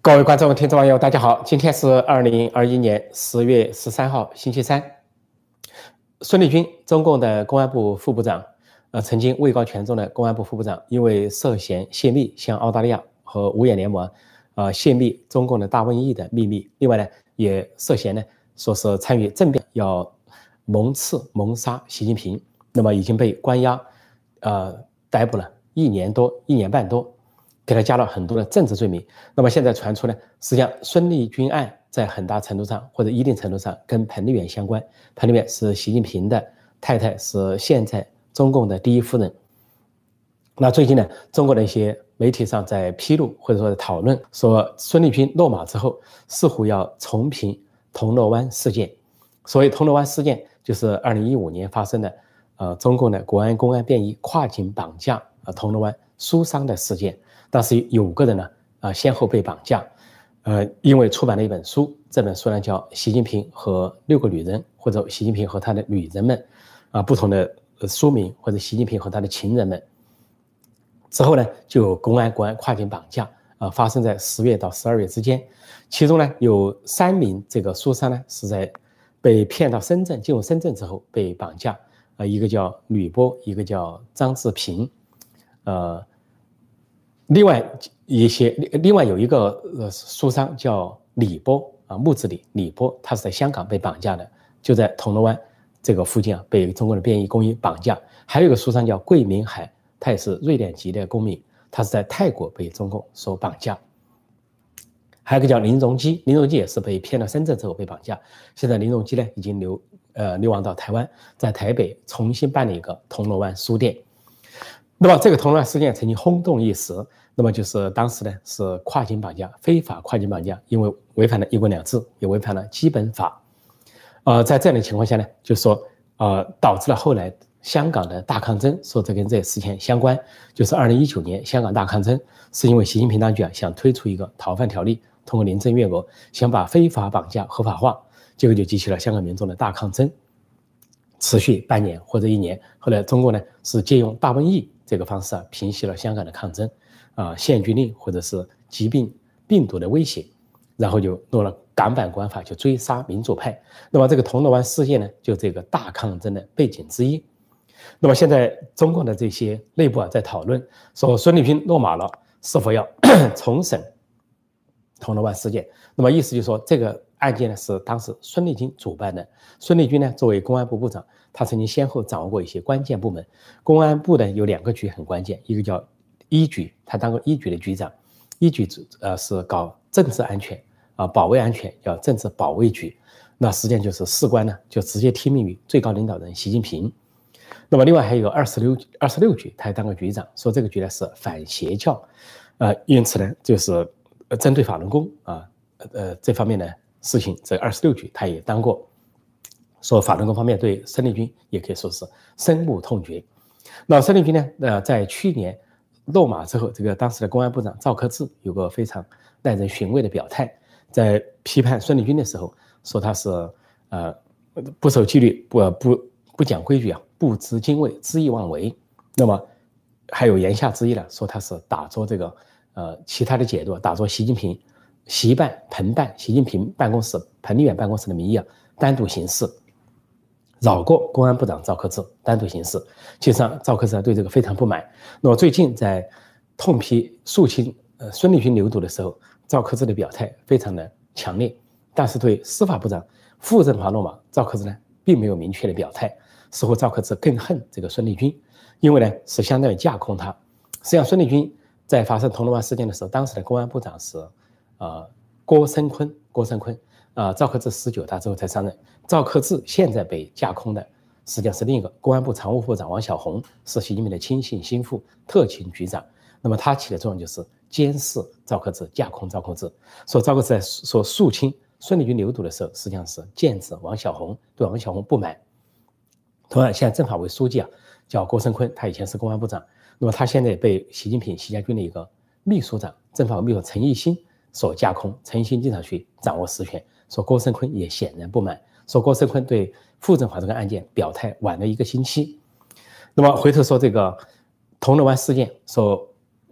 各位观众、听众网友，大家好！今天是2021年10月13号，星期三。孙立军，中共的公安部副部长，曾经位高权重的公安部副部长，因为涉嫌泄密，向澳大利亚和五眼联盟，泄密中共的大瘟疫的秘密。另外呢，也涉嫌呢，说是参与政变，要谋刺谋杀习近平。那么已经被关押，逮捕了1年多、1年半多。给他加了很多的政治罪名。那么现在传出呢，实际上孙立军案在很大程度上或者一定程度上跟彭丽媛相关。彭丽媛是习近平的太太，是现在中共的第一夫人。那最近呢，中国的一些媒体上在披露或者说在讨论，说孙立军落马之后，似乎要重评铜锣湾事件。所谓铜锣湾事件，就是2015年发生的，中共的国安公安便衣跨境绑架铜锣湾书商的事件。当时有5个人呢，先后被绑架，因为出版了一本书，这本书呢叫《习近平和6个女人》，或者习近平和他的女人们，不同的书名，或者习近平和他的情人们。之后呢，就有公安跨境绑架，发生在10月到12月之间。其中呢，有3名这个书商呢是在被骗到深圳，进入深圳之后被绑架，一个叫吕波，一个叫张志平，另外有一个书商叫李波木子李波，他是在香港被绑架的，就在铜锣湾这个附近被中国的便衣公安绑架。还有一个书商叫桂明海，他也是瑞典籍的公民，他是在泰国被中共所绑架。还有一个叫林荣基，林荣基也是被骗到深圳之后被绑架。现在林荣基呢已经流亡到台湾，在台北重新办了一个铜锣湾书店。那么这个铜锣湾事件曾经轰动一时，那么就是当时呢是跨境绑架，非法跨境绑架，因为违反了一国两制，也违反了基本法。在这样的情况下呢，就是说导致了后来香港的大抗争，说这跟这事件相关，就是2019年香港大抗争，是因为习近平当局想推出一个逃犯条例，通过林郑月娥想把非法绑架合法化，结果就激起了香港民众的大抗争，持续半年或者1年。后来中国呢是借用大瘟疫这个方式平息了香港的抗争，限聚令或者是疾病病毒的威胁，然后就落了港版国安法，就追杀民主派。那么这个铜锣湾事件呢，就这个大抗争的背景之一。那么现在中共的这些内部在讨论，说孙立军落马了，是否要重审铜锣湾事件？那么意思就是说，这个案件呢是当时孙立军主办的。孙立军呢作为公安部部长，他曾经先后掌握过一些关键部门。公安部呢有2个局很关键，一个叫一局，他当过一局的局长。一局是搞政治安全保卫安全，叫政治保卫局。那实际上就是事关呢就直接听命于最高领导人习近平。那么另外还有26局，他还当过局长，说这个局呢是反邪教，因此呢就是针对法轮功这方面的事情，这26局他也当过。说法轮功方面对孙立军也可以说是深恶痛绝。那孙立军呢，在去年落马之后，这个当时的公安部长赵克志有个非常耐人寻味的表态，在批判孙立军的时候，说他是不守纪律、不讲规矩不知敬畏、恣意妄为。那么还有言下之意呢，说他是打着这个其他的解读，打着习近平习办、彭办、习近平办公室、彭丽媛办公室的名义单独行事，绕过公安部长赵克志单独行事。其实上赵克志对这个非常不满。那么最近在痛批肃清孙立军流毒的时候，赵克志的表态非常的强烈，但是对司法部长傅政华落马，赵克志呢并没有明确的表态。似乎赵克志更恨这个孙立军，因为呢是相当于架空他。实际上孙立军在发生铜锣湾事件的时候，当时的公安部长是郭声琨，赵克志19大之后才上任。赵克志现在被架空的实际上是另一个公安部常务部长王小洪，是习近平的亲信心腹、特勤局长。那么他起的作用就是监视赵克志，架空赵克志。说赵克志在说肃清孙立军流毒的时候，实际上是剑指王小洪，对王小洪不满。同样，现在政法委书记叫郭声琨，他以前是公安部长，那么他现在被习近平、习家军的一个秘书长、政法委秘书陈毅新所架空，陈毅新经常去掌握实权。说郭声琨也显然不满，说郭声琨对傅政华这个案件表态晚了1个星期。那么回头说这个铜锣湾事件，说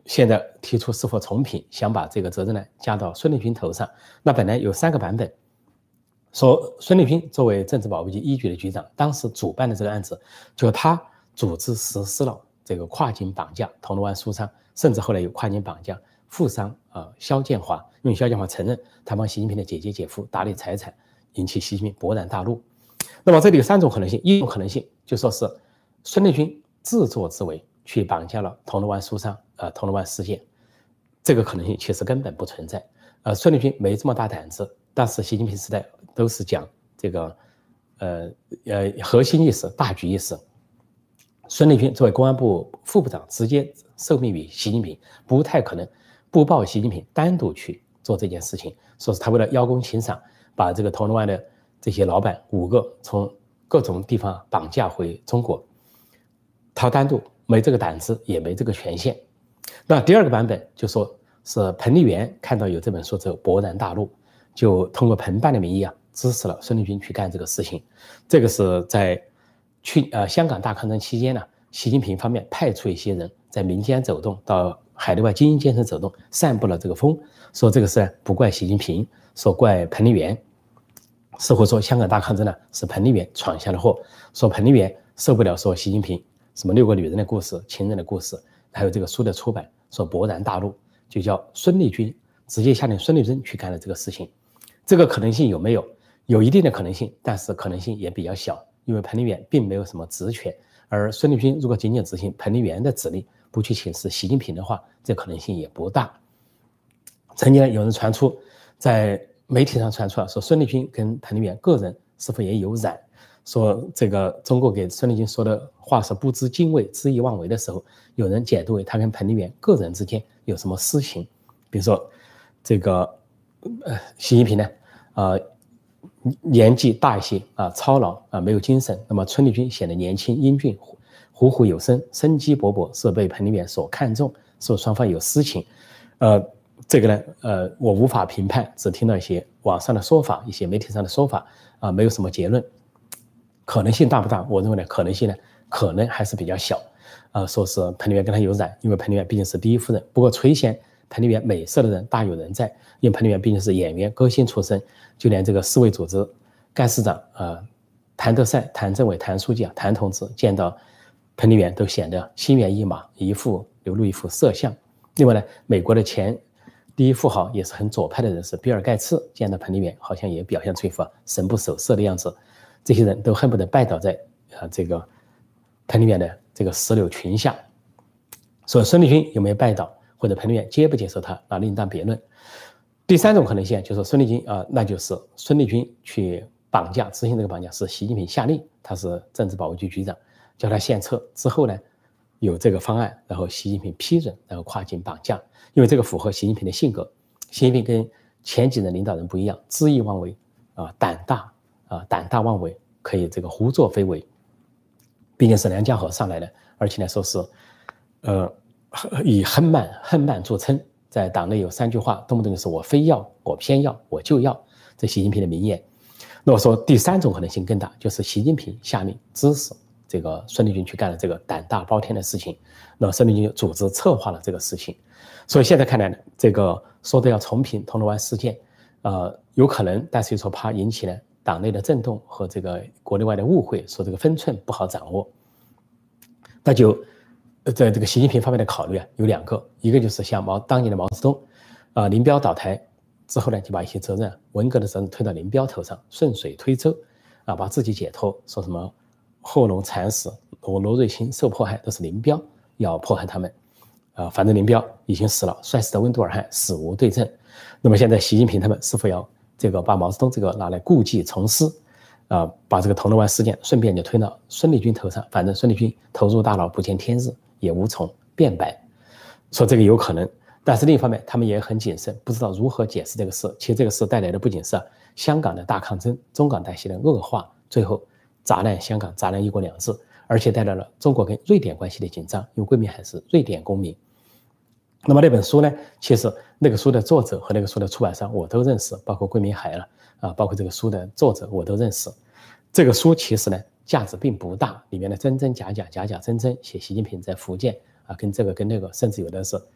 现在提出是否重评，想把这个责任呢加到孙立军头上。那本来有3个版本，说孙立军作为政治保卫局一局的局长，当时主办的这个案子，就他组织实施了这个跨境绑架铜锣湾书商，甚至后来有跨境绑架富商肖建华，因为肖建华承认他帮习近平的姐姐姐夫打理财产，引起习近平勃然大怒。那么这里有3种可能性，一种可能性就说是孙立军自作自为去绑架了铜锣湾书商，铜锣湾事件，这个可能性其实根本不存在。孙立军没这么大胆子，当时习近平时代都是讲这个核心意识、大局意识。孙立军作为公安部副部长，直接受命于习近平，不太可能不报习近平单独去做这件事情。说是他为了邀功请赏，把这个铜锣湾的这些老板5个从各种地方绑架回中国，他单独没这个胆子，也没这个权限。那第2个版本就说是彭丽媛看到有这本书之后勃然大怒，就通过彭办的名义支持了孙立军去干这个事情。这个是在香港大抗争期间呢，习近平方面派出一些人在民间走动，到海内外精英阶层走动，散布了这个风，说这个事不怪习近平，说怪彭丽媛，似乎说香港大抗争呢是彭丽媛闯下了祸，说彭丽媛受不了说习近平什么6个女人的故事、情人的故事，还有这个书的出版，说勃然大怒，就叫孙立军直接下令孙立军去干了这个事情。这个可能性有没有？有一定的可能性，但是可能性也比较小，因为彭丽媛并没有什么职权，而孙立军如果仅仅执行彭丽媛的指令，不去请示习近平的话，这可能性也不大。曾经有人传出，在媒体上传出说孙立军跟彭丽媛个人是否也有染，说这个中国给孙立军说的话是不知敬畏、恣意妄为的时候，有人解读为他跟彭丽媛个人之间有什么私情，比如说这个习近平呢，年纪大一些操劳没有精神，那么孙立军显得年轻英俊，虎虎有声，生机勃勃，是被彭丽媛所看中，说双方有私情。这个呢，我无法评判，只听到一些网上的说法，一些媒体上的说法没有什么结论。可能性大不大？我认为呢，可能性呢，可能还是比较小。说是彭丽媛跟他有染，因为彭丽媛毕竟是第一夫人。不过垂涎彭丽媛美色的人大有人在，因为彭丽媛毕竟是演员、歌星出身，就连这个世卫组织干事长谭德赛、谭政委、谭书记谭同志见到彭丽媛都显得心猿意马，流露一副色相。另外呢，美国的前第一富豪也是很左派的人士，比尔盖茨见到彭丽媛好像也表现出一副神不守舍的样子，这些人都恨不得拜倒在这个彭丽媛的这个石榴裙下。所以孙立军有没有拜倒，或者彭丽媛接不接受他，那另当别论。第3种可能性就是孙立军那就是孙立军去绑架执行这个绑架是习近平下令，他是政治保卫局局长，叫他献策之后呢，有这个方案，然后习近平批准，然后跨境绑架，因为这个符合习近平的性格。习近平跟前几任领导人不一样，恣意妄为胆大妄为，可以这个胡作非为。毕竟是梁家河上来的，而且呢说是以恨慢著称，在党内有3句话，动不动就是我非要，我偏要，我就要，这习近平的名言。那我说第3种可能性更大，就是习近平下令支持这个孙立军去干了这个胆大包天的事情，那孙立军就组织策划了这个事情。所以现在看来呢，这个说的要重评铜锣湾事件，有可能，但是又说怕引起呢党内的震动和这个国内外的误会，说这个分寸不好掌握。那就在这个习近平方面的考虑有2个，一个就是像当年的毛泽东，林彪倒台之后呢，就把一些责任，文革的责任推到林彪头上，顺水推舟把自己解脱，说什么贺龙惨死，罗瑞卿受迫害都是林彪要迫害他们，反正林彪已经死了，摔死的温都尔汗死无对证。那么现在习近平他们是否要这个把毛泽东这个拿来故技重施，把这个铜锣湾事件顺便就推到孙立军头上，反正孙立军投入大牢不见天日，也无从辩白，说这个有可能。但是另一方面他们也很谨慎，不知道如何解释这个事。其实这个事带来的不仅是香港的大抗争、中港关系的恶化，最后砸烂香港、砸烂一国两制，而且带来了中国跟瑞典关系的紧张，因为桂民海是瑞典公民。那么那本书呢，其实那个书的作者和那个书的出版商我都认识，包括桂民海包括这个书的作者我都认识。这个书其实呢价值并不大，里面的真真假假、假假真真，写习近平在福建跟这个跟那个，甚至有的是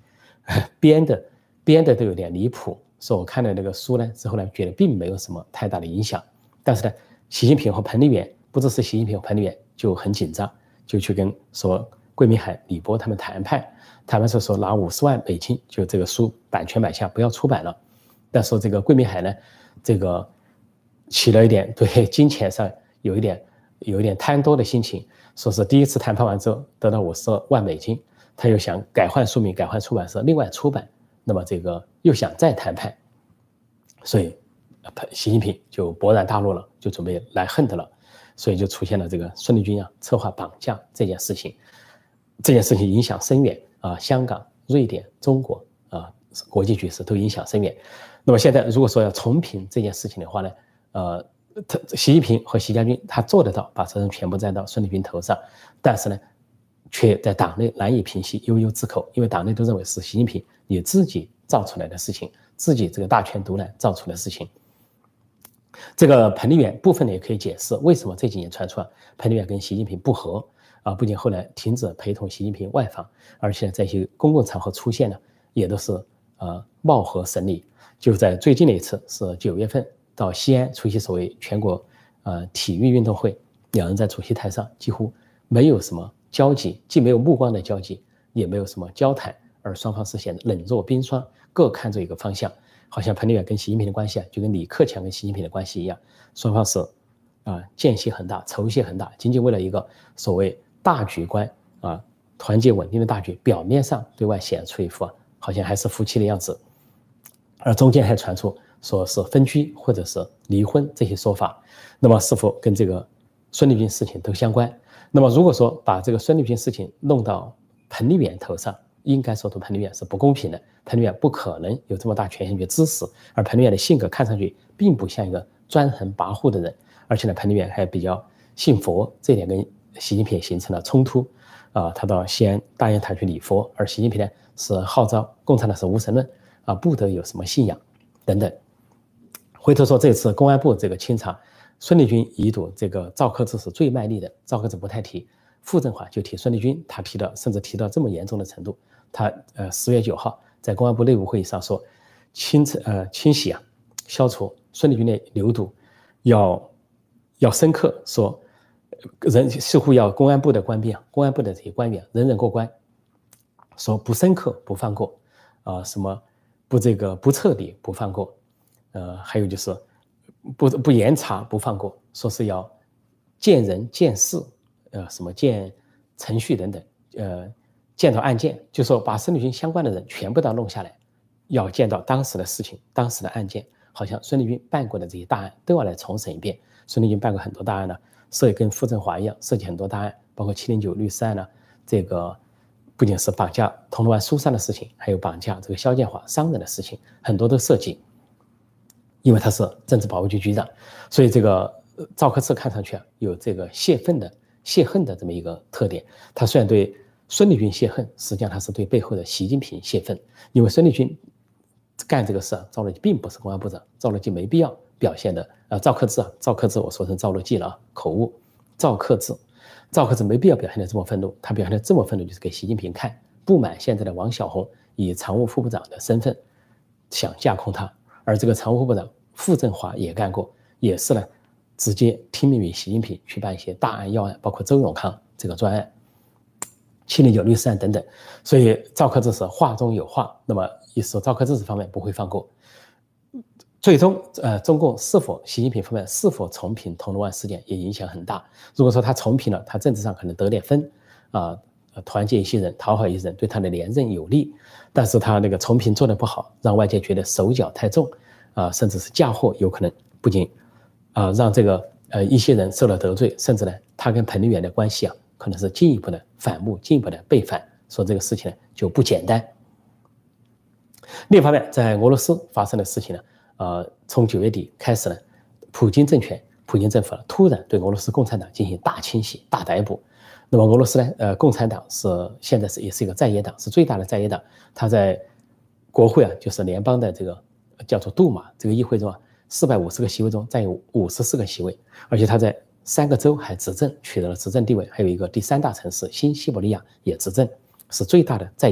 编的都有点离谱。说我看了那个书呢之后呢，觉得并没有什么太大的影响。但是呢，习近平和彭丽媛，不只是习近平和彭丽媛就很紧张，就去跟说桂明海、李波他们谈判说拿50万美金，就这个书版权买下，不要出版了。但说这个桂明海呢，这个起了一点对金钱上有一点贪多的心情，说是第一次谈判完之后得到50万美金，他又想改换书名、改换出版社，另外出版。那么这个又想再谈判，所以习近平就勃然大怒了，就准备来横的了，所以就出现了这个孙立军策划绑架这件事情。这件事情影响深远香港、瑞典、中国国际局势都影响深远。那么现在如果说要重评这件事情的话呢，习近平和习家军他做得到把责任全部站到孙立军头上，但是呢，却在党内难以平息悠悠之口，因为党内都认为是习近平你自己造出来的事情，自己这个大权独揽造出的事情。这个彭丽媛部分呢也可以解释为什么这几年传出彭丽媛跟习近平不和不仅后来停止陪同习近平外访，而且在一些公共场合出现呢，也都是貌合神离。就在最近的一次是9月份到西安出席所谓全国体育运动会，两人在主席台上几乎没有什么交集，既没有目光的交集，也没有什么交谈，而双方是显得冷若冰霜，各看着一个方向。好像彭丽媛跟习近平的关系就跟李克强跟习近平的关系一样，双方是间隙很大，仇隙很大，仅仅为了一个所谓大局观团结稳定的大局，表面上对外显出一副好像还是夫妻的样子，而中间还传出说是分居或者是离婚这些说法。那么是否跟这个孙立军事情都相关？那么如果说把这个孙立军事情弄到彭丽媛头上，应该说对彭丽媛是不公平的。彭丽媛不可能有这么大权限去支持，而彭丽媛的性格看上去并不像一个专横跋扈的人，而且呢，彭丽媛还比较信佛，这点跟习近平形成了冲突他到西安大雁塔去礼佛，而习近平呢是号召共产党是无神论不得有什么信仰等等。回头说这次公安部这个清查，孙立军一睹这个赵克志是最卖力的，赵克志不太提，傅政华就提孙立军，他提到甚至提到这么严重的程度，他10月9号在公安部内部会议上说，清洗消除孙立军的流毒，要深刻说，似乎要公安部的官兵公安部的这些官员人人过关，说不深刻不放过什么不彻底不放过，还有就是不严查不放过，说是要见人见事什么见程序等等见到案件，就说把孙立军相关的人全部都弄下来，要见到当时的事情当时的案件，好像孙立军办过的这些大案都要来重审一遍。孙立军办过很多大案呢，跟傅政华一样涉及很多大案，包括709律师案呢，这个不仅是绑架铜锣湾书商的事情，还有绑架这个肖建华商人的事情，很多都涉及。因为他是政治保卫局局长，所以这个赵克志看上去有这个泄恨的这么一个特点。他虽然对孙立军泄恨，实际上他是对背后的习近平泄愤，因为孙立军干这个事赵乐际并不是公安部长，赵乐际没必要表现的赵克志我说成赵乐际了口误，赵克志没必要表现的这么愤怒，他表现的这么愤怒就是给习近平看，不满现在的王小洪以常务副部长的身份想架空他，而这个常务副部长傅政华也干过，也是呢直接听命于习近平去办一些大案要案，包括周永康这个专案、709律师案等等。所以赵克志是话中有话，那么意思说赵克志这方面不会放过。最终中共习近平方面是否重评铜锣湾事件也影响很大。如果说他重评了，他政治上可能得点分团结一些人，讨好一些人，对他的连任有利。但是他那个重评做得不好，让外界觉得手脚太重甚至是嫁祸，有可能不仅让这个一些人受了得罪，甚至呢他跟彭丽媛的关系可能是进一步的反目，进一步的背反，说这个事情呢就不简单。另一方面，在俄罗斯发生的事情呢从9月底开始呢，普京政府突然对俄罗斯共产党进行大清洗、大逮捕。那么俄罗斯呢，共产党现在也是一个在野党，是最大的在野党。他在国会就是联邦的这个叫做杜马这个议会中450个席位中占有54个席位，而且他在3个州还执政，取得了执政地位，还有一个第3大城市新西伯利亚也执政，是最大的在野党。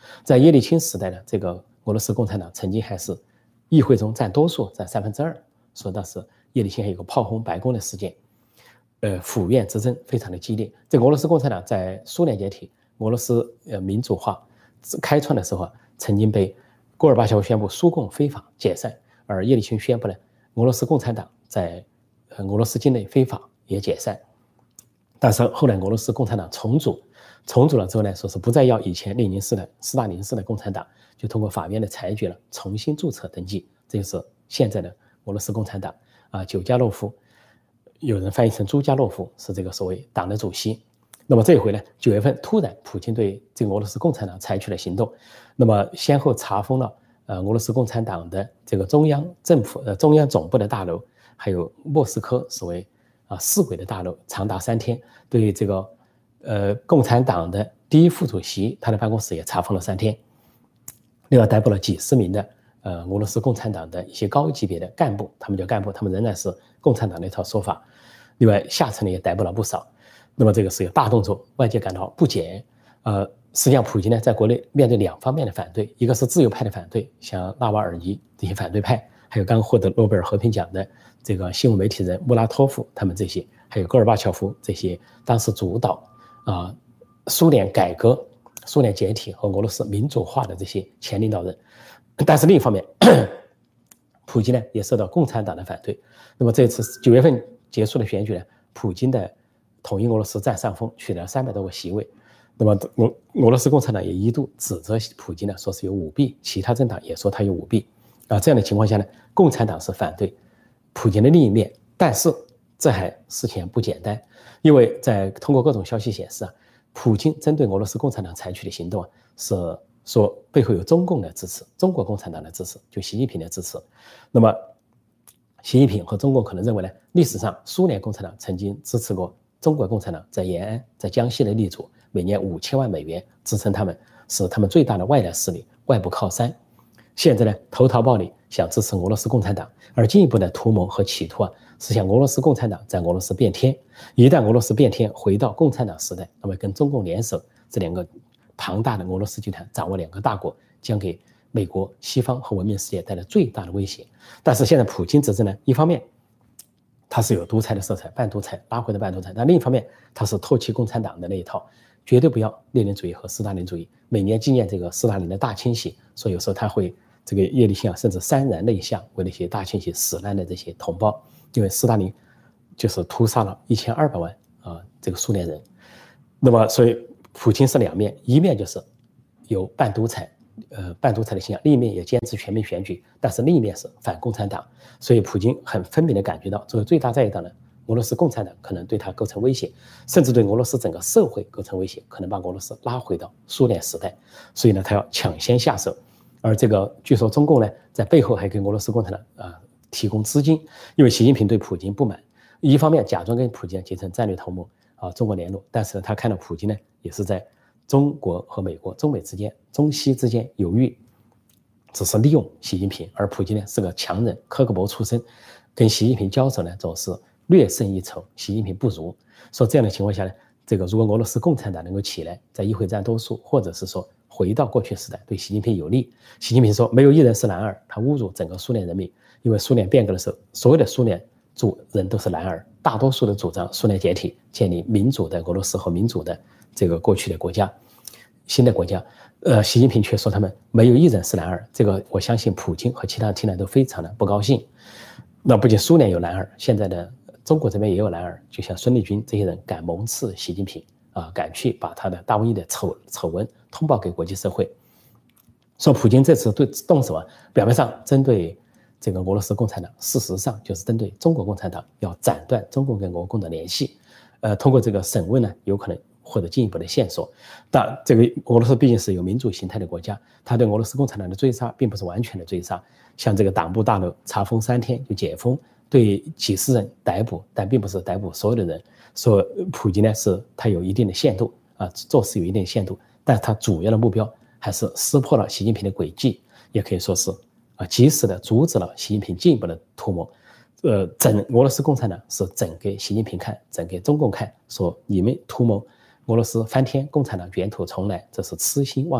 在叶利钦时代呢，这个俄罗斯共产党曾经还是议会中占多数，占2/3，说当时叶利钦还有个炮轰白宫的事件，府院之争非常的激烈。这个俄罗斯共产党在苏联解体、俄罗斯民主化开创的时候曾经被戈尔巴乔夫宣布苏共非法解散，而叶利钦宣布呢，俄罗斯共产党在俄罗斯境内非法也解散。但是后来俄罗斯共产党重组了之后呢，说是不再要以前列宁式的、斯大林式的共产党，就通过法院的裁决了，重新注册登记，这就是现在的俄罗斯共产党久加洛夫，有人翻译成朱加洛夫，是这个所谓党的主席。那么这一回呢，9月份突然普京对这个俄罗斯共产党采取了行动，那么先后查封了俄罗斯共产党的这个中央政府中央总部的大楼，还有莫斯科所谓市委的大楼，长达3天。对这个共产党的第一副主席他的办公室也查封了3天。另外逮捕了几十名的俄罗斯共产党的一些高级别的干部，他们叫干部，他们仍然是共产党的一套说法。另外下层呢也逮捕了不少。那么这个是有大动作，外界感到不解。实际上普京呢在国内面对2方面的反对，一个是自由派的反对，像纳瓦尔尼这些反对派，还有刚获得诺贝尔和平奖的这个新闻媒体人穆拉托夫他们这些，还有戈尔巴乔夫这些当时主导苏联改革、苏联解体和俄罗斯民主化的这些前领导人。但是另一方面，普京呢也受到共产党的反对。那么这次9月份结束的选举呢，普京的统一俄罗斯占上风，取得了300多个席位。那么俄罗斯共产党也一度指责普京呢，说是有舞弊，其他政党也说他有舞弊。这样的情况下呢，共产党是反对普京的另一面。但是这还事情不简单，因为通过各种消息显示普京针对俄罗斯共产党采取的行动是说背后有中共的支持，中国共产党的支持，就习近平的支持。那么习近平和中共可能认为呢，历史上苏联共产党曾经支持过中国共产党在延安、在江西的立足，每年5000万美元支撑他们，是他们最大的外来势力、外部靠山。现在呢，投桃报李，想支持俄罗斯共产党，而进一步的图谋和企图是想俄罗斯共产党在俄罗斯变天。一旦俄罗斯变天，回到共产党时代，那么跟中共联手，这2个庞大的俄罗斯集团掌握2个大国，将给美国、西方和文明世界带来最大的威胁。但是现在普京执政呢，一方面他是有独裁的色彩，半独裁，拉回的半独裁，但另一方面他是唾弃共产党的那一套，绝对不要列宁主义和斯大林主义。每年纪念这个斯大林的大清洗，所以有时候他会这个叶利钦甚至潸然泪下，为那些大清洗死难的这些同胞，因为斯大林就是屠杀了1200万这个苏联人。那么所以普京是2面，一面就是有半独裁的倾向，另一面也坚持全民选举，但是另一面是反共产党。所以普京很分明地感觉到，作为最大在野党的俄罗斯共产党可能对他构成威胁，甚至对俄罗斯整个社会构成威胁，可能把俄罗斯拉回到苏联时代。所以呢，他要抢先下手。而这个据说中共呢，在背后还给俄罗斯共产党提供资金，因为习近平对普京不满，一方面假装跟普京结成战略同盟中国联络，但是呢，他看到普京呢也是在中国和美国、中美之间、中西之间犹豫，只是利用习近平，而普京呢是个强人，科克勃出身，跟习近平交手呢总是略胜一筹，习近平不如。说这样的情况下呢，这个如果俄罗斯共产党能够起来，在议会占多数，或者是说回到过去时代，对习近平有利。习近平说没有一人是男儿，他侮辱整个苏联人民，因为苏联变革的时候，所有的苏联人都是男儿，大多数的主张苏联解体，建立民主的俄罗斯和民主的这个过去的国家，新的国家。习近平却说他们没有一人是男儿，这个我相信普京和其他人听了都非常的不高兴。那不仅苏联有男儿，现在的中国这边也有男儿，就像孙立军这些人敢蒙刺习近平敢去把他的大瘟疫的丑闻通报给国际社会。说普京这次动手表面上针对这个俄罗斯共产党，事实上就是针对中国共产党，要斩断中共跟俄共的联系。通过这个审问呢，有可能获得进一步的线索。但这个俄罗斯毕竟是有民主形态的国家，他对俄罗斯共产党的追杀并不是完全的追杀，像这个党部大楼查封3天就解封，对几十人逮捕，但并不是逮捕所有的人。说普京呢是他有一定的限度做事有一定的限度，但他主要的目标还是撕破了习近平的诡计，也可以说是及时的阻止了习近平进一步的图谋。整俄罗斯共产党是整给习近平看，整给中共看，说你们图谋俄罗斯翻天，共产党卷土重来，这是痴心妄想，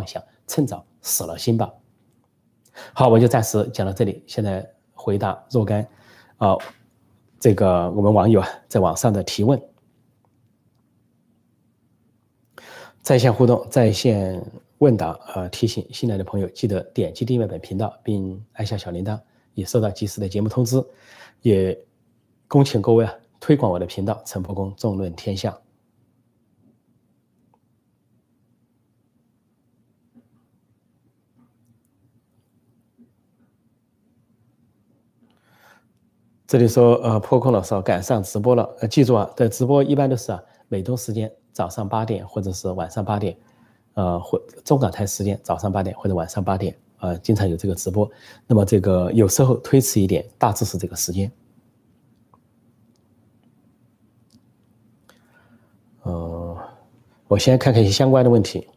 趁早死了心吧。好，我就暂时讲到这里。现在回答若干这个我们网友在网上的提问。在线互动、在线问答提醒新来的朋友记得点击订阅本频道，并按下小铃铛，以收到及时的节目通知。也恭请各位推广我的频道陈伯公纵论天下。这里说破空老师赶上直播了，记住的直播一般都是美东时间早上8点或者是晚上8点，或中港台时间早上8点或者晚上8点，经常有这个直播。那么这个有时候推迟一点，大致是这个时间。我先看看一些相关的问题。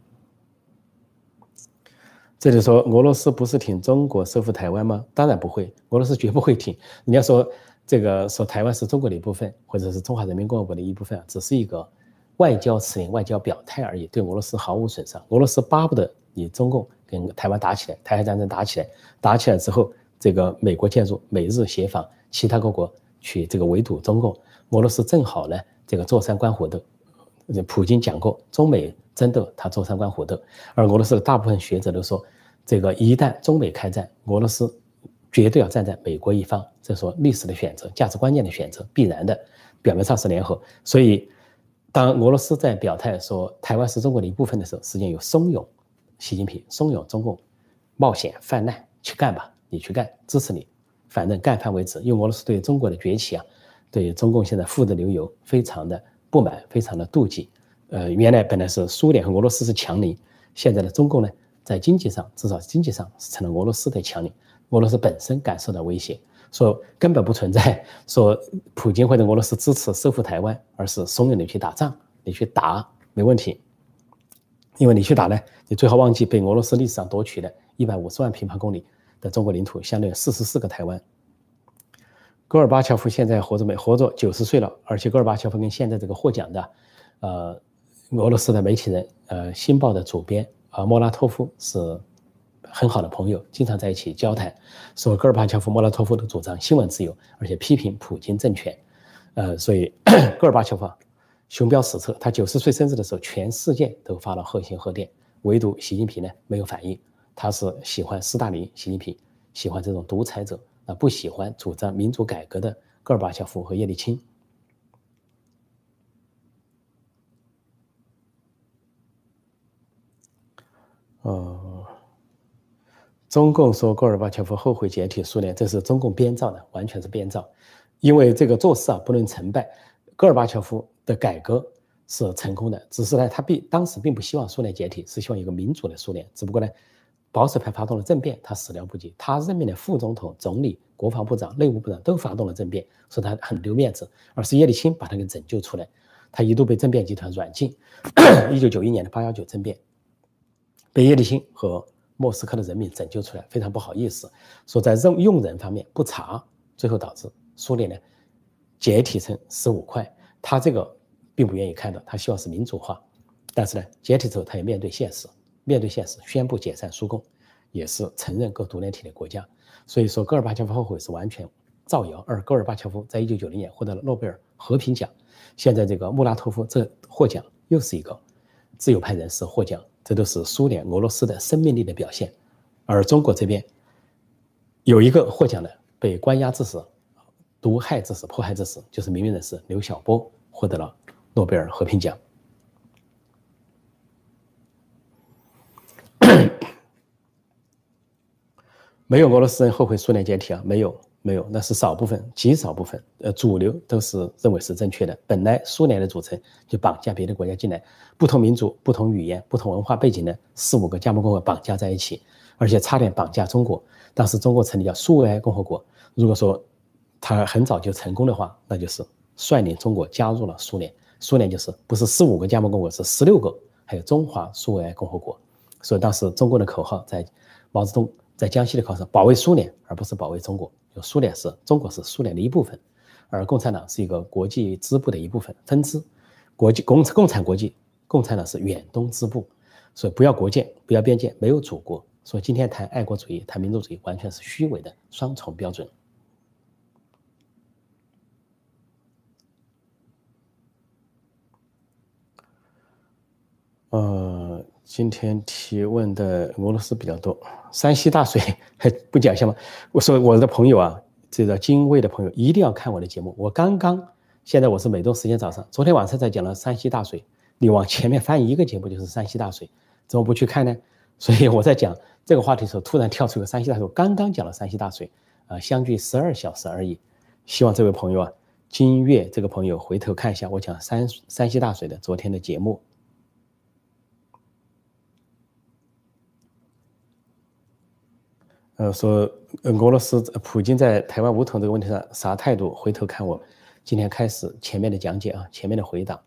这里说俄罗斯不是挺中国收复台湾吗？当然不会，俄罗斯绝不会挺。人家说这个说台湾是中国的一部分，或者是中华人民共和国的一部分，只是一个外交辞令、外交表态而已，对俄罗斯毫无损伤。俄罗斯巴不得你中共跟台湾打起来，台海战争打起来，打起来之后，这个美国介入，美日协防，其他各国去这个围堵中共。俄罗斯正好呢，这个坐山观虎斗。普京讲过，中美争斗，他坐山观虎斗。而俄罗斯的大部分学者都说，这个一旦中美开战，俄罗斯绝对要站在美国一方，这是说历史的选择、价值观念的选择，必然的。表面上是联合，所以当俄罗斯在表态说台湾是中国的一部分的时候，实际上有怂恿习近平、怂恿中共冒险犯难去干吧，你去干，支持你，反正干翻为止。因为俄罗斯对中国的崛起对中共现在富得流油非常的不满，非常的妒忌。原来本来是苏联和俄罗斯是强邻，现在的中共呢，在经济上，至少经济上是成了俄罗斯的强邻。俄罗斯本身感受到威胁，说根本不存在说普京或者俄罗斯支持收复台湾，而是怂恿你去打仗，你去打没问题。因为你去打呢，你最好忘记被俄罗斯历史上夺取的150万平方公里的中国领土，相当于44个台湾。戈尔巴乔夫现在活着90岁了，而且戈尔巴乔夫跟现在这个获奖的俄罗斯的媒体人新报的主编莫拉托夫是很好的朋友，经常在一起交谈。说戈尔巴乔夫、莫拉托夫都主张新闻自由，而且批评普京政权。所以戈尔巴乔夫雄标史册，他90岁生日的时候，全世界都发了贺信贺电，唯独习近平呢没有反应。他是喜欢斯大林，习近平喜欢这种独裁者。不喜欢主张民主改革的戈尔巴乔夫和叶利钦。中共说戈尔巴乔夫后悔解体苏联，这是中共编造的，完全是编造。因为这个做事不论成败，戈尔巴乔夫的改革是成功的，只是呢，他当时并不希望苏联解体，是希望有个民主的苏联。只不过呢，保守派发动了政变，他始料不及，他任命的副总统、总理、国防部长、内务部长都发动了政变，说他很丢面子，而是叶利钦把他给拯救出来。他一度被政变集团软禁，1991年的819政变，被叶利钦和莫斯科的人民拯救出来，非常不好意思，说在用人方面不查，最后导致苏联呢解体成15块。他这个并不愿意看到，他希望是民主化，但是呢，解体之后他也面对现实。宣布解散苏共，也是承认各独联体的国家。所以说戈尔巴乔夫后悔是完全造谣。而戈尔巴乔夫在1990年获得了诺贝尔和平奖，现在这个穆拉托夫这获奖又是一个自由派人士获奖，这都是苏联、俄罗斯的生命力的表现。而中国这边有一个获奖的被关押致死、毒害致死、迫害致死，就是名誉人士刘晓波获得了诺贝尔和平奖。没有俄罗斯人后悔苏联解体没有，那是少部分，极少部分。主流都是认为是正确的。本来苏联的组成就绑架别的国家进来，不同民族、不同语言、不同文化背景的4、5个加盟共和绑架在一起，而且差点绑架中国。当时中国成立叫苏维埃共和国，如果说他很早就成功的话，那就是率领中国加入了苏联。苏联就是不是4、5个加盟共和国，是16个，还有中华苏维埃共和国。所以当时中国的口号在毛泽东在江西的口号，保卫苏联，而不是保卫中国。就苏联是中国是苏联的一部分，而共产党是一个国际支部的一部分分支。共产国际，共产党是远东支部。 所以不要国界，不要边界，没有祖国。所以今天谈爱国主义、谈民族主义，完全是虚伪的双重标准。今天提问的俄罗斯比较多。山西大水还不讲一下吗？我说我的朋友啊，这个精卫的朋友一定要看我的节目。现在我是美东时间早上，昨天晚上才讲了山西大水。你往前面翻一个节目就是山西大水，怎么不去看呢？所以我在讲这个话题的时候，突然跳出个山西大水。我刚刚讲了山西大水，相距12小时而已。希望这位朋友啊，金月这个朋友回头看一下我讲山西大水的昨天的节目。说俄罗斯普京在台湾武统这个问题上啥态度？回头看我今天开始前面的讲解啊，前面的回答。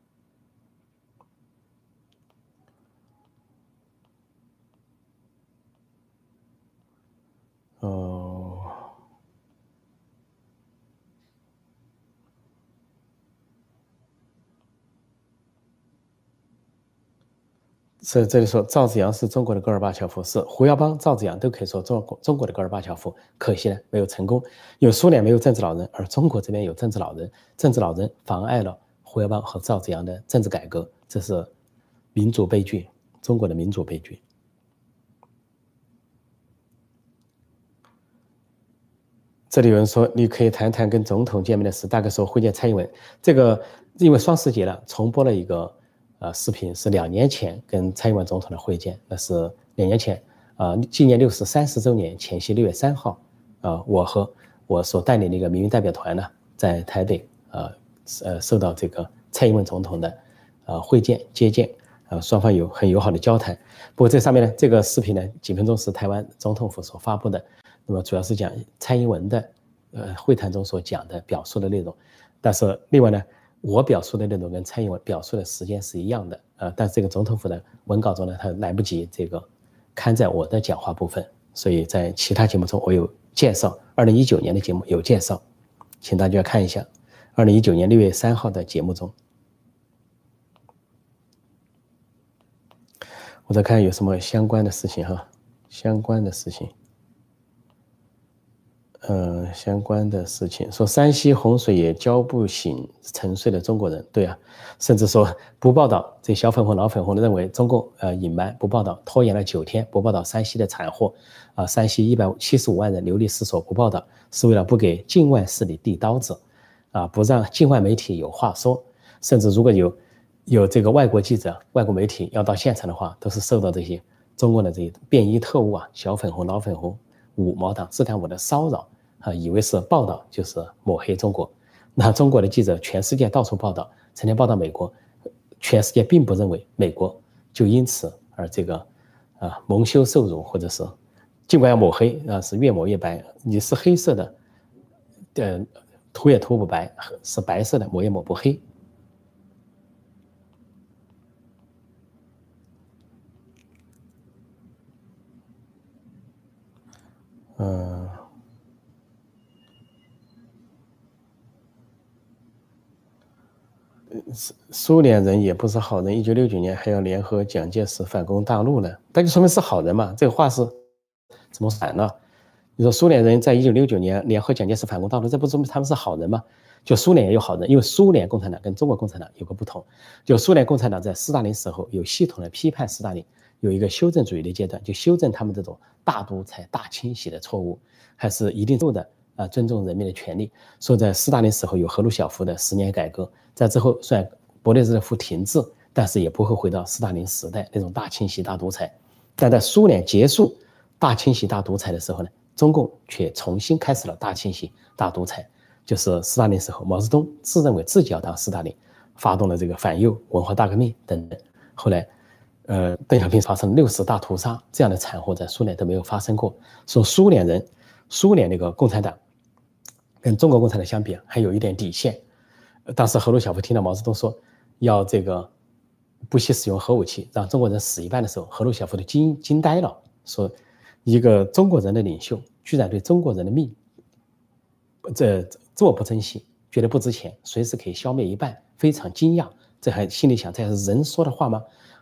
这里说赵紫阳是中国的戈尔巴乔夫，是胡耀邦、赵紫阳都可以说中国的戈尔巴乔夫，可惜呢没有成功。因为苏联没有政治老人，而中国这边有政治老人，政治老人妨碍了胡耀邦和赵紫阳的政治改革，这是民主悲剧，中国的民主悲剧。这里有人说你可以谈谈跟总统见面的事，大概说会见蔡英文。这个因为双十节了，重播了一个视频，是2年前跟蔡英文总统的会见，那是2年前纪念30周年前夕6月3号，我和我所带领的一个民意代表团呢，在台北受到这个蔡英文总统的会见接见，双方有很友好的交谈。不过这上面呢，这个视频呢几分钟是台湾总统府所发布的，那么主要是讲蔡英文的会谈中所讲的表述的内容，但是另外呢，我表述的内容跟蔡英文表述的时间是一样的，但是这个总统府的文稿中呢，他来不及这个刊在我的讲话部分，所以在其他节目中我有介绍，2019年的节目有介绍，请大家看一下2019年6月3号的节目中。我再看有什么相关的事情哈，相关的事情说山西洪水也浇不醒沉睡的中国人，对啊，甚至说不报道，这小粉红老粉红认为中共隐瞒不报道，拖延了9天不报道山西的惨祸，山西175万人流离失所不报道，是为了不给境外势力递刀子，不让境外媒体有话说，甚至如果有这个外国记者、外国媒体要到现场的话，都是受到这些中国的这些便衣特务小粉红、老粉红、五毛党、自干五的骚扰，以为是报道就是抹黑中国。那中国的记者全世界到处报道，成天报道美国，全世界并不认为美国就因此而这个蒙羞受辱，或者是尽管要抹黑是越抹越白，你是黑色的，涂也涂不白，是白色的抹也抹不黑。苏联人也不是好人，1969年还要联合蒋介石反攻大陆呢，那就说明是好人嘛。这个话是怎么反呢？你说苏联人在1969年联合蒋介石反攻大陆，这不说明他们是好人吗？就苏联也有好人，因为苏联共产党跟中国共产党有个不同，就苏联共产党在斯大林时候有系统的批判斯大林，有一个修正主义的阶段，就修正他们这种大独裁、大清洗的错误，还是一定度的尊重人民的权利。所以在斯大林时候有赫鲁晓夫的10年改革，在之后虽然勃列日夫停滞，但是也不会回到斯大林时代那种大清洗、大独裁。但在苏联结束大清洗、大独裁的时候呢，中共却重新开始了大清洗、大独裁。就是斯大林时候，毛泽东自认为自己要当斯大林，发动了这个反右、文化大革命等等。后来，邓小平发生60大屠杀，这样的惨祸在苏联都没有发生过。说苏联那个共产党跟中国共产党相比还有一点底线。当时赫鲁晓夫听到毛泽东说要这个不惜使用核武器让中国人死一半的时候，赫鲁晓夫都惊呆了，说一个中国人的领袖居然对中国人的命这么不珍惜，觉得不值钱，随时可以消灭一半，非常惊讶。这还心里想，这还是人说的话吗？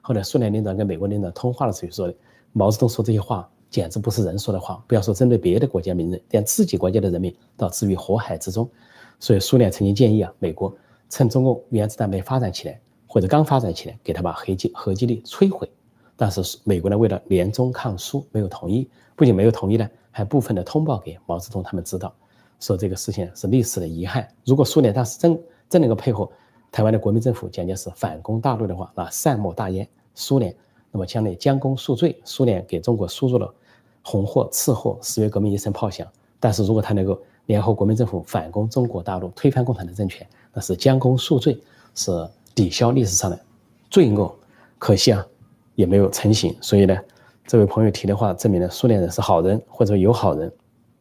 后来苏联领导人跟美国领导人通话的时候说的，毛泽东说这些话简直不是人说的话，不要说针对别的国家民人，连自己国家的人民都置于火海之中。所以苏联曾经建议美国趁中共原子弹没发展起来或者刚发展起来，给他把核基地摧毁。但是美国呢，为了联中抗苏，没有同意，不仅没有同意呢，还部分的通报给毛泽东他们知道，说这个事情是历史的遗憾。如果苏联当时真能够配合台湾的国民政府，讲是反攻大陆的话，那善莫大焉。苏联那么将来将功赎罪，苏联给中国输入了红货次货，10月革命一声炮响。但是如果他能够联合国民政府反攻中国大陆，推翻共产党政权，那是将功赎罪，是抵消历史上的罪恶。可惜也没有成型。所以呢，这位朋友提的话证明了苏联人是好人或者有好人。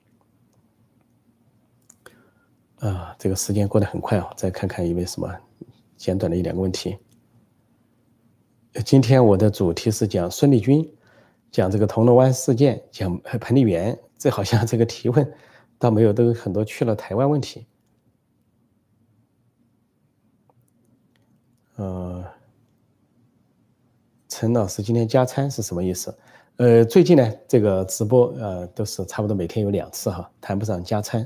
这个时间过得很快再看看有没有什么简短的1-2个问题。今天我的主题是讲孙立军，讲这个铜锣湾事件，讲彭丽媛，这好像这个提问倒没有，都很多去了台湾问题。陈老师今天加餐是什么意思？最近呢，这个直播都是差不多每天有2次谈不上加餐。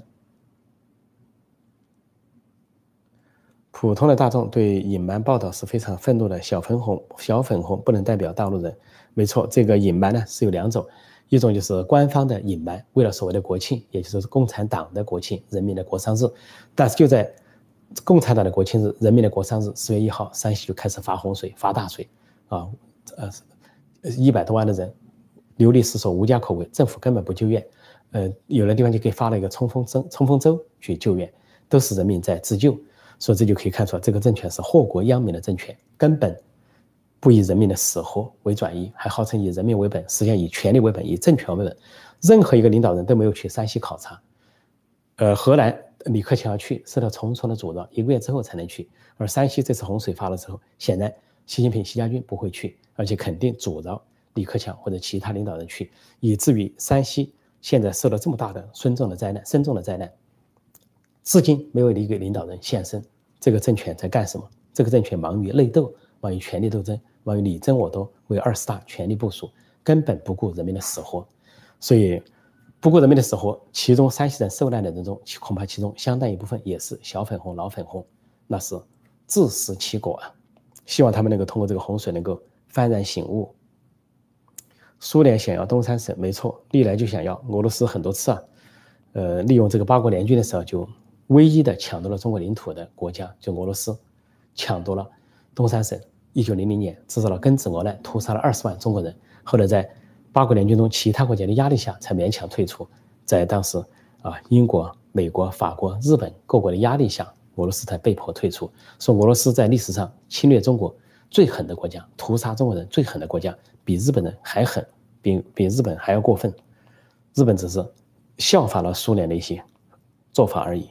普通的大众对隐瞒报道是非常愤怒的，小粉红不能代表大陆人。没错，这个隐瞒呢是有2种，一种就是官方的隐瞒，为了所谓的国庆，也就是共产党的国庆，人民的国殇日。但是就在共产党的国庆日，人民的国殇日，10月1号，山西就开始发洪水，发大水100多万的人流离失所，无家可归，政府根本不救援。有的地方就可以发了一个冲锋舟去救援，都是人民在自救。所以这就可以看出来，这个政权是祸国殃民的政权，根本不以人民的死活为转移，还号称以人民为本，实际上以权力为本，以政权为本。任何一个领导人都没有去山西考察。荷兰李克强要去，受到重重的阻挠，1个月之后才能去。而山西这次洪水发了之后，显然习近平、习家军不会去，而且肯定阻挠李克强或者其他领导人去，以至于山西现在受了这么大的深重的灾难，至今没有一个领导人现身。这个政权在干什么？这个政权忙于内斗，忙于权力斗争，忙于你争我夺，为20大权力部署，根本不顾人民的死活。所以不顾人民的死活，其中山西人受难的人中，恐怕其中相当一部分也是小粉红、老粉红，那是自食其果希望他们能够通过这个洪水能够幡然醒悟。苏联想要东三省，没错，历来就想要。俄罗斯很多次利用这个8国联军的时候，就唯一的抢夺了中国领土的国家，就俄罗斯，抢夺了东三省。1900年制造了庚子俄难，屠杀了20万中国人。后来在8国联军中其他国家的压力下，才勉强退出。在当时英国、美国、法国、日本各国的压力下，俄罗斯才被迫退出。说俄罗斯在历史上侵略中国最狠的国家，屠杀中国人最狠的国家，比日本人还狠，比日本还要过分。日本只是效法了苏联的一些做法而已。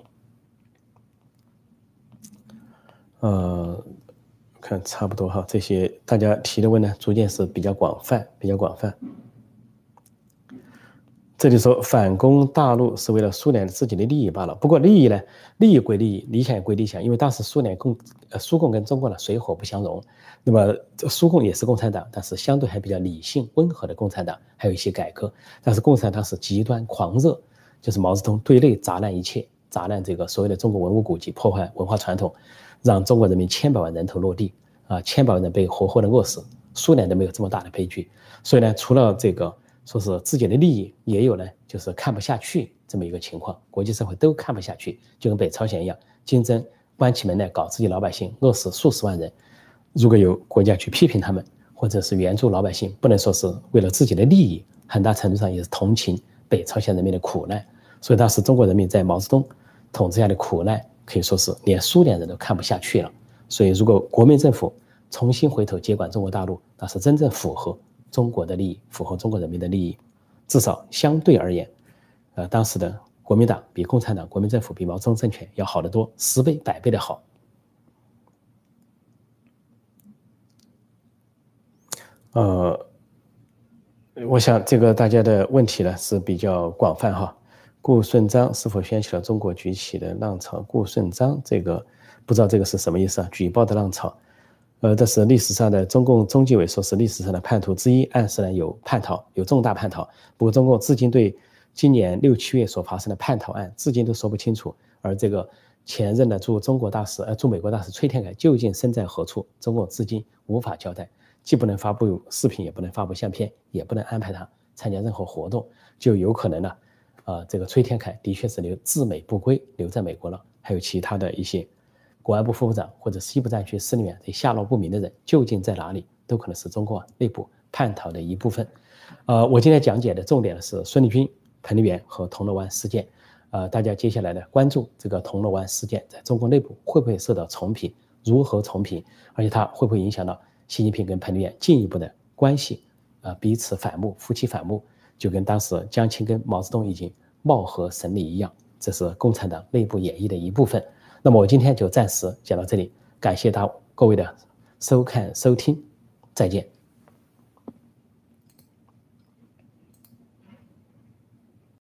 看差不多这些大家提的问呢，逐渐是比较广泛。这里说反攻大陆是为了苏联自己的利益罢了。不过利益呢，利益归利益，理想也归理想，因为当时苏共跟中共呢水火不相容。那么苏共也是共产党，但是相对还比较理性温和的共产党，还有一些改革。但是共产党是极端狂热，就是毛泽东对内砸烂一切，砸烂这个所谓的中国文物古迹，破坏文化传统，让中国人民千百万人头落地千百万人被活活的饿死。苏联都没有这么大的悲剧。所以呢，除了这个说是自己的利益，也有呢就是看不下去这么一个情况，国际社会都看不下去，就跟北朝鲜一样，金正关起门来搞自己老百姓，饿死数十万人。如果有国家去批评他们，或者是援助老百姓，不能说是为了自己的利益，很大程度上也是同情北朝鲜人民的苦难。所以当时中国人民在毛泽东统治下的苦难，可以说是连苏联人都看不下去了。所以如果国民政府重新回头接管中国大陆，那是真正符合中国的利益，符合中国人民的利益。至少相对而言，当时的国民党比共产党、国民政府比毛泽东政权要好得多，10倍、100倍的好。我想这个大家的问题呢是比较广泛顾顺章是否掀起了中国崛起的浪潮？顾顺章这个不知道这个是什么意思举报的浪潮。 这是历史上的中共中纪委说是历史上的叛徒之一，暗示呢有叛逃，有重大叛逃。不过中共至今对今年6、7月所发生的叛逃案，至今都说不清楚。而这个前任的驻美国大使崔天凯究竟身在何处，中共至今无法交代，既不能发布视频，也不能发布相片，也不能安排他参加任何活动，就有可能呢，这个崔天凯的确是自美不归，留在美国了。还有其他的一些国安部副部长或者西部战区司令员，这下落不明的人究竟在哪里，都可能是中共内部叛逃的一部分。我今天讲解的重点是孙立军、彭丽媛和铜锣湾事件。大家接下来呢关注这个铜锣湾事件在中国内部会不会受到重评，如何重评，而且它会不会影响到习近平跟彭丽媛进一步的关系，彼此反目，夫妻反目，就跟当时江青跟毛泽东已经貌合神离一样。这是共产党内部演绎的一部分。那么我今天就暂时讲到这里，感谢各位的收看收听，再见。